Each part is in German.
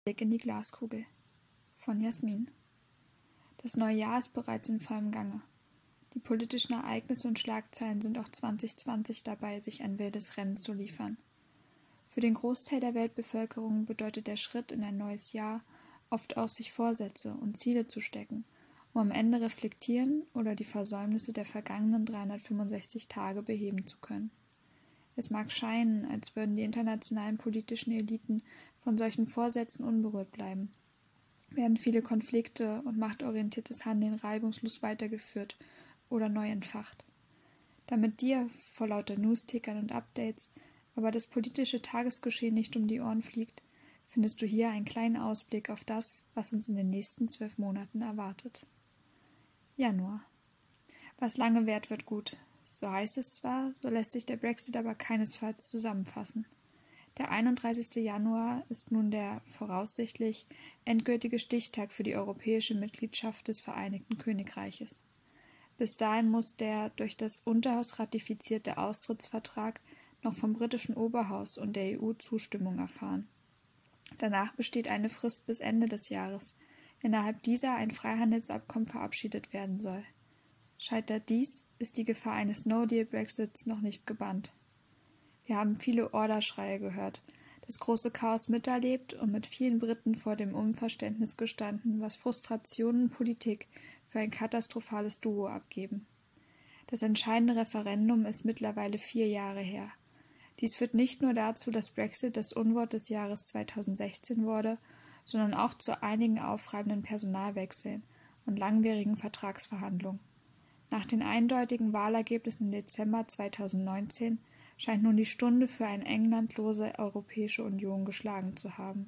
Blick in die Glaskugel von Jasmin. Das neue Jahr ist bereits in vollem Gange. Die politischen Ereignisse und Schlagzeilen sind auch 2020 dabei, sich ein wildes Rennen zu liefern. Für den Großteil der Weltbevölkerung bedeutet der Schritt in ein neues Jahr oft auch, sich Vorsätze und Ziele zu stecken, um am Ende reflektieren oder die Versäumnisse der vergangenen 365 Tage beheben zu können. Es mag scheinen, als würden die internationalen politischen Eliten von solchen Vorsätzen unberührt bleiben. Werden viele Konflikte und machtorientiertes Handeln reibungslos weitergeführt oder neu entfacht. Damit dir vor lauter Newstickern und Updates aber das politische Tagesgeschehen nicht um die Ohren fliegt, findest du hier einen kleinen Ausblick auf das, was uns in den nächsten 12 Monaten erwartet. Januar. Was lange währt, wird gut. So heißt es zwar, so lässt sich der Brexit aber keinesfalls zusammenfassen. Der 31. Januar ist nun der voraussichtlich endgültige Stichtag für die europäische Mitgliedschaft des Vereinigten Königreiches. Bis dahin muss der durch das Unterhaus ratifizierte Austrittsvertrag noch vom britischen Oberhaus und der EU Zustimmung erfahren. Danach besteht eine Frist bis Ende des Jahres, innerhalb dieser ein Freihandelsabkommen verabschiedet werden soll. Scheitert dies, ist die Gefahr eines No-Deal-Brexits noch nicht gebannt. Wir haben viele Orderschreie gehört, das große Chaos miterlebt und mit vielen Briten vor dem Unverständnis gestanden, was Frustration und Politik für ein katastrophales Duo abgeben. Das entscheidende Referendum ist mittlerweile 4 Jahre her. Dies führt nicht nur dazu, dass Brexit das Unwort des Jahres 2016 wurde, sondern auch zu einigen aufreibenden Personalwechseln und langwierigen Vertragsverhandlungen. Nach den eindeutigen Wahlergebnissen im Dezember 2019 scheint nun die Stunde für eine englandlose Europäische Union geschlagen zu haben.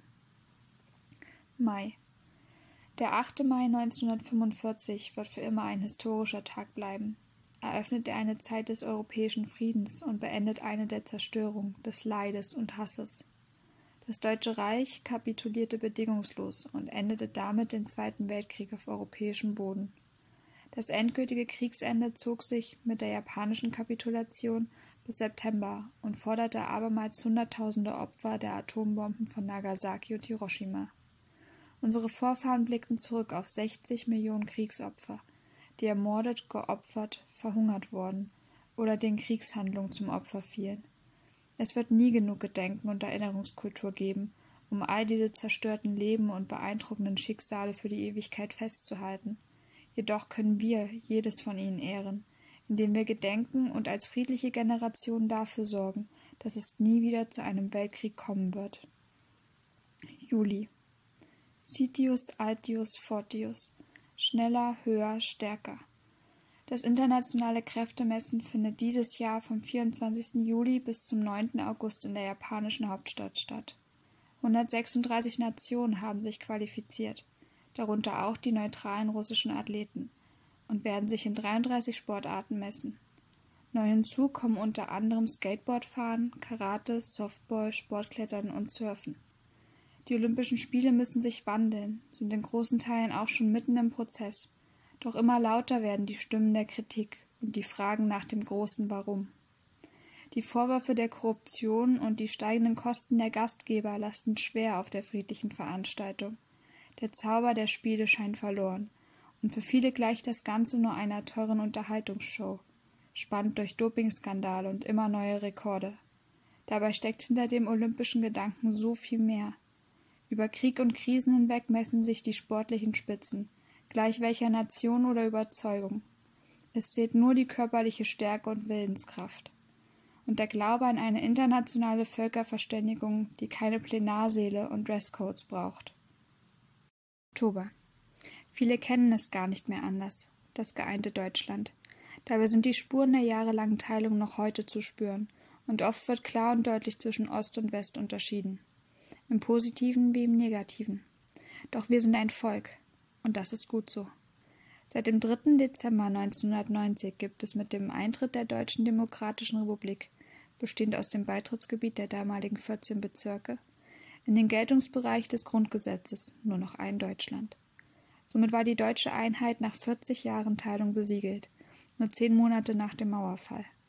Mai. Der 8. Mai 1945 wird für immer ein historischer Tag bleiben. Eröffnet er eine Zeit des europäischen Friedens und beendet eine der Zerstörung, des Leides und Hasses. Das Deutsche Reich kapitulierte bedingungslos und endete damit den Zweiten Weltkrieg auf europäischem Boden. Das endgültige Kriegsende zog sich mit der japanischen Kapitulation bis September und forderte abermals Hunderttausende Opfer der Atombomben von Nagasaki und Hiroshima. Unsere Vorfahren blickten zurück auf 60 Millionen Kriegsopfer, die ermordet, geopfert, verhungert wurden oder den Kriegshandlungen zum Opfer fielen. Es wird nie genug Gedenken und Erinnerungskultur geben, um all diese zerstörten Leben und beeindruckenden Schicksale für die Ewigkeit festzuhalten. Jedoch können wir jedes von ihnen ehren, indem wir gedenken und als friedliche Generation dafür sorgen, dass es nie wieder zu einem Weltkrieg kommen wird. Juli. Citius Altius Fortius. Schneller, höher, stärker. Das internationale Kräftemessen findet dieses Jahr vom 24. Juli bis zum 9. August in der japanischen Hauptstadt statt. 136 Nationen haben sich qualifiziert, darunter auch die neutralen russischen Athleten, und werden sich in 33 Sportarten messen. Neu hinzu kommen unter anderem Skateboardfahren, Karate, Softball, Sportklettern und Surfen. Die Olympischen Spiele müssen sich wandeln, sind in großen Teilen auch schon mitten im Prozess. Doch immer lauter werden die Stimmen der Kritik und die Fragen nach dem großen Warum. Die Vorwürfe der Korruption und die steigenden Kosten der Gastgeber lasten schwer auf der friedlichen Veranstaltung. Der Zauber der Spiele scheint verloren, und für viele gleicht das Ganze nur einer teuren Unterhaltungsshow, spannend durch Dopingskandale und immer neue Rekorde. Dabei steckt hinter dem olympischen Gedanken so viel mehr. Über Krieg und Krisen hinweg messen sich die sportlichen Spitzen, gleich welcher Nation oder Überzeugung. Es zählt nur die körperliche Stärke und Willenskraft. Und der Glaube an eine internationale Völkerverständigung, die keine Plenarsäle und Dresscodes braucht. Oktober. Viele kennen es gar nicht mehr anders, das geeinte Deutschland. Dabei sind die Spuren der jahrelangen Teilung noch heute zu spüren, und oft wird klar und deutlich zwischen Ost und West unterschieden. Im Positiven wie im Negativen. Doch wir sind ein Volk, und das ist gut so. Seit dem 3. Dezember 1990 gibt es mit dem Eintritt der Deutschen Demokratischen Republik, bestehend aus dem Beitrittsgebiet der damaligen 14 Bezirke, in den Geltungsbereich des Grundgesetzes nur noch ein Deutschland. Somit war die deutsche Einheit nach 40 Jahren Teilung besiegelt, nur 10 Monate nach dem Mauerfall.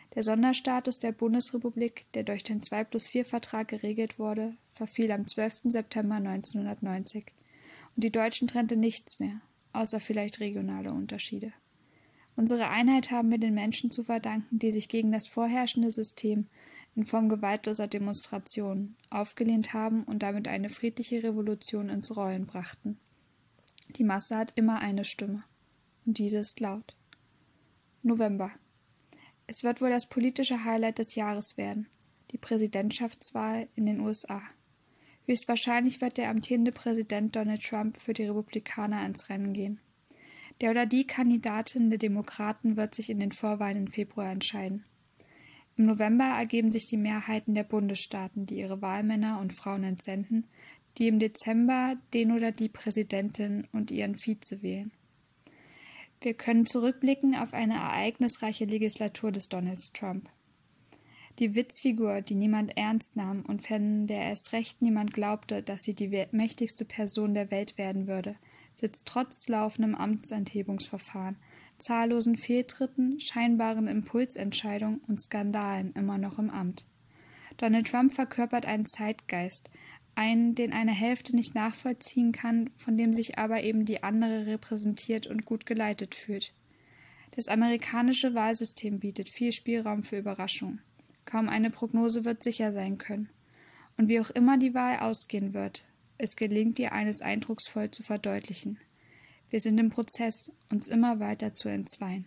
Der Sonderstatus der Bundesrepublik, der durch den 2+4-Vertrag geregelt wurde, verfiel am 12. September 1990 und die Deutschen trennte nichts mehr, außer vielleicht regionale Unterschiede. Unsere Einheit haben wir den Menschen zu verdanken, die sich gegen das vorherrschende System in Form gewaltloser Demonstrationen aufgelehnt haben und damit eine friedliche Revolution ins Rollen brachten. Die Masse hat immer eine Stimme, und diese ist laut. November. Es wird wohl das politische Highlight des Jahres werden, die Präsidentschaftswahl in den USA. Höchstwahrscheinlich wird der amtierende Präsident Donald Trump für die Republikaner ins Rennen gehen. Der oder die Kandidatin der Demokraten wird sich in den Vorwahlen im Februar entscheiden. Im November ergeben sich die Mehrheiten der Bundesstaaten, die ihre Wahlmänner und Frauen entsenden, die im Dezember den oder die Präsidentin und ihren Vize wählen. Wir können zurückblicken auf eine ereignisreiche Legislatur des Donald Trump. Die Witzfigur, die niemand ernst nahm und von der erst recht niemand glaubte, dass sie die mächtigste Person der Welt werden würde, sitzt trotz laufendem Amtsenthebungsverfahren, zahllosen Fehltritten, scheinbaren Impulsentscheidungen und Skandalen immer noch im Amt. Donald Trump verkörpert einen Zeitgeist, einen, den eine Hälfte nicht nachvollziehen kann, von dem sich aber eben die andere repräsentiert und gut geleitet fühlt. Das amerikanische Wahlsystem bietet viel Spielraum für Überraschungen. Kaum eine Prognose wird sicher sein können. Und wie auch immer die Wahl ausgehen wird, es gelingt ihr, eines eindrucksvoll zu verdeutlichen. Wir sind im Prozess, uns immer weiter zu entzweien.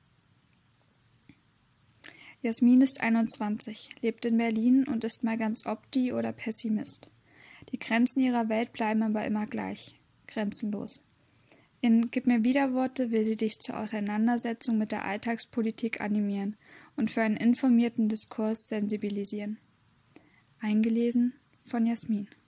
Jasmin ist 21, lebt in Berlin und ist mal ganz Opti oder Pessimist. Die Grenzen ihrer Welt bleiben aber immer gleich, grenzenlos. In Gib mir Widerworte will sie dich zur Auseinandersetzung mit der Alltagspolitik animieren und für einen informierten Diskurs sensibilisieren. Eingelesen von Jasmin.